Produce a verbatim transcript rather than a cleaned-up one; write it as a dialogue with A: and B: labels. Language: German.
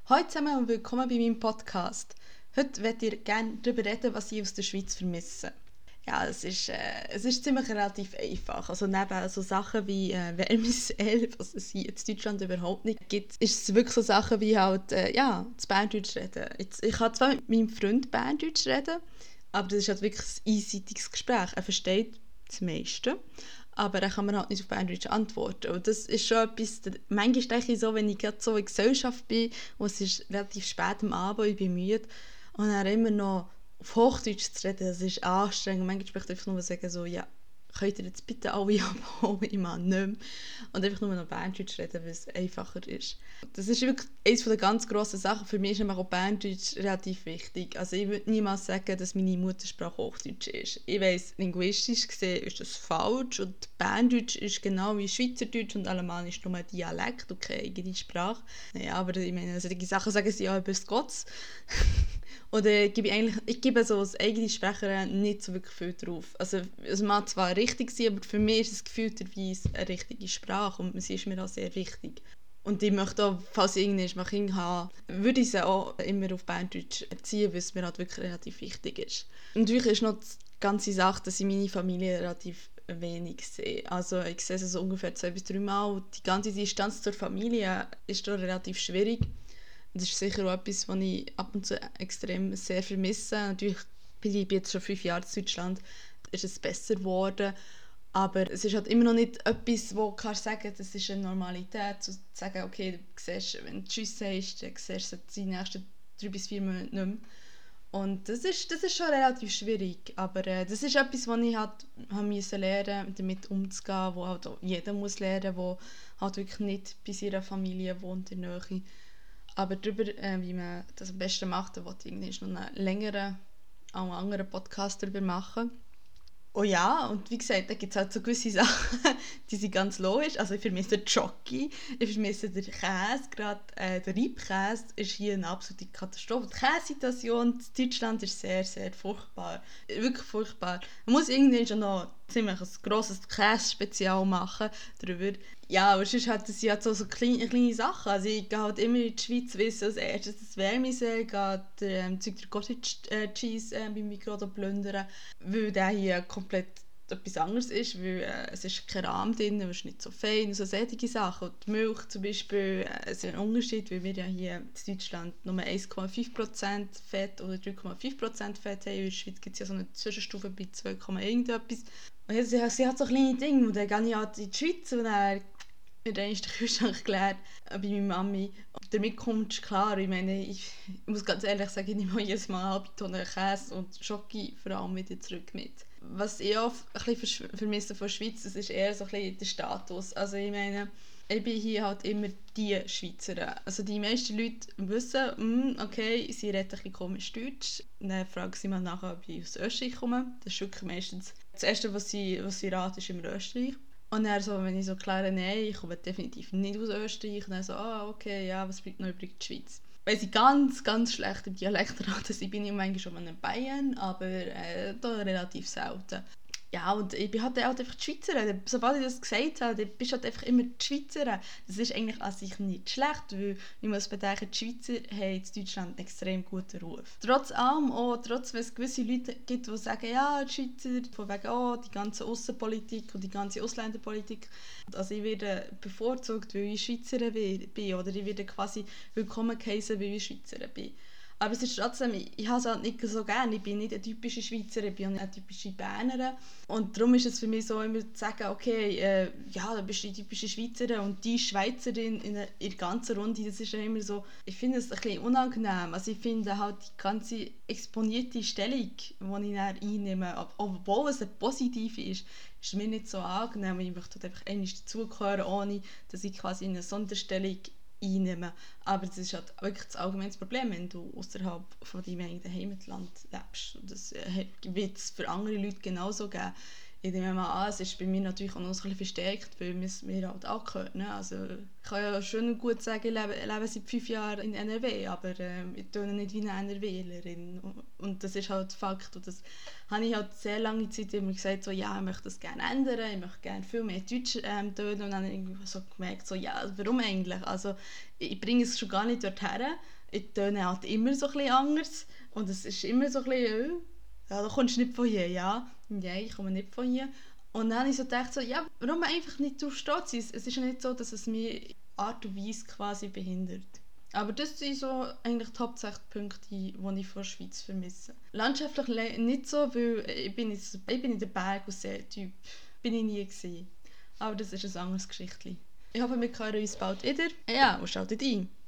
A: Hallo zusammen und willkommen bei meinem Podcast. Heute möchte ich gerne darüber reden, was ich aus der Schweiz vermisse. Ja, es ist, äh, es ist ziemlich relativ einfach. Also neben so Sachen wie äh, Vermissel, was es hier in Deutschland überhaupt nicht gibt, ist es wirklich so Sachen wie halt, äh, ja, das Berndeutsch reden. Jetzt, ich kann zwar mit meinem Freund Berndeutsch reden, aber das ist halt wirklich ein einseitiges Gespräch. Er versteht das meiste, aber dann kann man halt nicht auf Berndeutsch antworten. Und das ist schon etwas, manchmal denke ich so, wenn ich gerade so in Gesellschaft bin und es ist relativ spät am Abend, ich bin müde und dann immer noch auf Hochdeutsch zu reden, das ist anstrengend. Manchmal möchte ich einfach nur sagen, so, ja, könnt ihr jetzt bitte alle abholen, ich mache nicht mehr. Und einfach nur noch Berndeutsch reden, weil es einfacher ist. Das ist wirklich eines der ganz grossen Sachen. Für mich ist nämlich auch Berndeutsch relativ wichtig. Also ich würde niemals sagen, dass meine Muttersprache Hochdeutsch ist. Ich weiss, linguistisch gesehen ist das falsch und Berndeutsch ist genau wie Schweizerdeutsch und Alemannisch nur ein Dialekt und keine eigene Sprache. Naja, aber ich meine, solche Sachen sagen sie auch über das Gott. Oder gebe ich eigentlich, ich gebe so als eigene Sprecherin nicht so wirklich viel drauf. Also es mag zwar richtig sein, aber für mich ist es gefühlterweise eine richtige Sprache und sie ist mir auch sehr wichtig. Und ich möchte auch, falls ich irgendwann mal Kinder habe, würde ich sie auch immer auf Berndeutsch erziehen, weil es mir halt wirklich relativ wichtig ist. Und natürlich ist noch die ganze Sache, dass ich meine Familie relativ wenig sehe. Also ich sehe sie so ungefähr zwei bis drei Mal und die ganze Distanz zur Familie ist da relativ schwierig. Das ist sicher auch etwas, was ich ab und zu extrem sehr vermisse. Natürlich bin ich jetzt schon fünf Jahre in Deutschland, ist es besser geworden. Aber es ist halt immer noch nicht etwas, wo du kannst sagen, das ist eine Normalität. Zu sagen, okay, du siehst, wenn du Tschüss sagst, dann siehst du die nächsten drei bis vier Monate nicht mehr. Und das ist, das ist schon relativ schwierig. Aber äh, das ist etwas, was ich halt haben müssen lernen, damit umzugehen, wo halt auch jeder muss lernen, der halt wirklich nicht bei seiner Familie wohnt in der Nähe. Aber darüber, äh, wie man das am besten macht, da wollte ich irgendwie noch einen längeren, auch einen anderen Podcast darüber machen. Oh ja, und wie gesagt, da gibt es halt so gewisse Sachen, die sind ganz logisch. Also ich vermisse den Jockey, ich vermisse den Käse, gerade äh, der Reibkäse ist hier eine absolute Katastrophe. Die Käsesituation in Deutschland ist sehr, sehr furchtbar. Wirklich furchtbar. Man muss irgendwie schon noch ziemlich ein grosses Käse-Spezial machen darüber. Ja, aber sonst hat es ja so, so kleine, kleine Sachen. Also ich gehe halt immer in die Schweiz, wissen als erstes das Wärmesee, gehe ähm, Zeug der Cottage äh, Cheese äh, beim Mikro plündern, weil der hier komplett etwas anderes ist, weil äh, es ist kein Rahm drin, es ist nicht so fein, so solche Sachen. Und die Milch zum Beispiel, äh, ist ein Unterschied, weil wir ja hier in Deutschland nur eins Komma fünf Prozent Fett oder drei Komma fünf Prozent Fett haben. In der Schweiz gibt es ja so eine Zwischenstufe bei zwei, irgendetwas. Und jetzt, sie, sie hat so kleine Dinge und dann gehe ich halt in die Schweiz und dann wird eigentlich der Kühlschrank geleert äh, bei meiner Mami. Und damit kommst du klar. Ich meine, ich, ich muss ganz ehrlich sagen, ich nehme jedes Mal eine halbe Tonne Käse und Schoki vor allem wieder zurück mit. Was ich auch ein bisschen vermisse von der Schweiz, das ist eher so ein bisschen der Status. Also ich meine, ich bin hier halt immer die Schweizerin. Also die meisten Leute wissen, mm, okay, sie reden ein bisschen komisch Deutsch. Dann fragen sie mal nachher, ob ich aus Österreich komme. Das ist wirklich meistens das Erste, was sie, was sie raten, ist immer Österreich. Und dann so, wenn ich so kläre, nein, ich komme definitiv nicht aus Österreich, und dann so, ah, okay, ja, was bleibt noch übrig? Die Schweiz. Weil sie ganz, ganz schlechte Dialekte raten. Ich bin ja manchmal schon mal in Bayern, aber äh, da relativ selten. Ja, und ich bin halt einfach die Schweizerin. Sobald ich das gesagt habe, dann bist du halt einfach immer die Schweizerin. Das ist eigentlich an sich nicht schlecht, weil ich muss bedenken, die Schweizer haben in Deutschland einen extrem guten Ruf. Trotz allem, auch trotz wenn es gewisse Leute gibt, die sagen, ja, die Schweizer, von wegen, oh, die ganze Aussenpolitik und die ganze Ausländerpolitik. Also ich werde bevorzugt, weil ich Schweizerin bin, oder ich werde quasi willkommen geheißen, weil ich Schweizerin bin. Aber es ist trotzdem, ich, ich habe es halt nicht so gerne. Ich bin nicht eine typische Schweizerin, ich bin auch nicht eine typische Bernerin. Und darum ist es für mich so, immer zu sagen, okay, äh, ja, du bist die typische Schweizerin und die Schweizerin in der, in der ganzen Runde, das ist ja immer so, ich finde es ein bisschen unangenehm. Also ich finde halt die ganze exponierte Stellung, die ich dann einnehme, obwohl es eine positive ist, ist mir nicht so angenehm. Ich möchte halt einfach einmal dazugehören, ohne dass ich quasi in eine Sonderstellung einnehmen. Aber das ist halt wirklich das allgemeine Problem, wenn du außerhalb von deinem eigenen Heimatland lebst. Und das äh, wird es für andere Leute genauso geben. ich nehme mal an, es ist bei mir natürlich auch noch ein bisschen verstärkt, weil es mir halt angehört. Ne? Also, ich kann ja schon gut sagen, ich lebe, lebe seit fünf Jahren in N R W, aber äh, ich tue nicht wie eine NRWlerin. Und das ist halt Fakt. Und das habe ich halt sehr lange Zeit immer gesagt, so, ja, ich möchte das gerne ändern, ich möchte gerne viel mehr Deutsch ähm, tun. Und dann habe ich irgendwie so gemerkt, so, ja, warum eigentlich? Also, ich bringe es schon gar nicht dorthin. Ich töne halt immer so ein bisschen anders. Und es ist immer so ein bisschen, äh, ja, du kommst nicht von hier, ja. Nein, ich komme nicht von hier. Und dann habe ich so gedacht, so, ja, warum einfach nicht zu stolz sein? Es ist ja nicht so, dass es mich Art und Weise quasi behindert. Aber das sind so eigentlich die Hauptsächliche die ich von der Schweiz vermisse. Landschaftlich nicht so, weil ich bin, jetzt, ich bin in der Berg- und See-Typ. Bin ich nie gewesen. Aber das ist ein anderes Geschichtchen. Ich hoffe, wir hören uns bald wieder. Ja, und schaltet ein.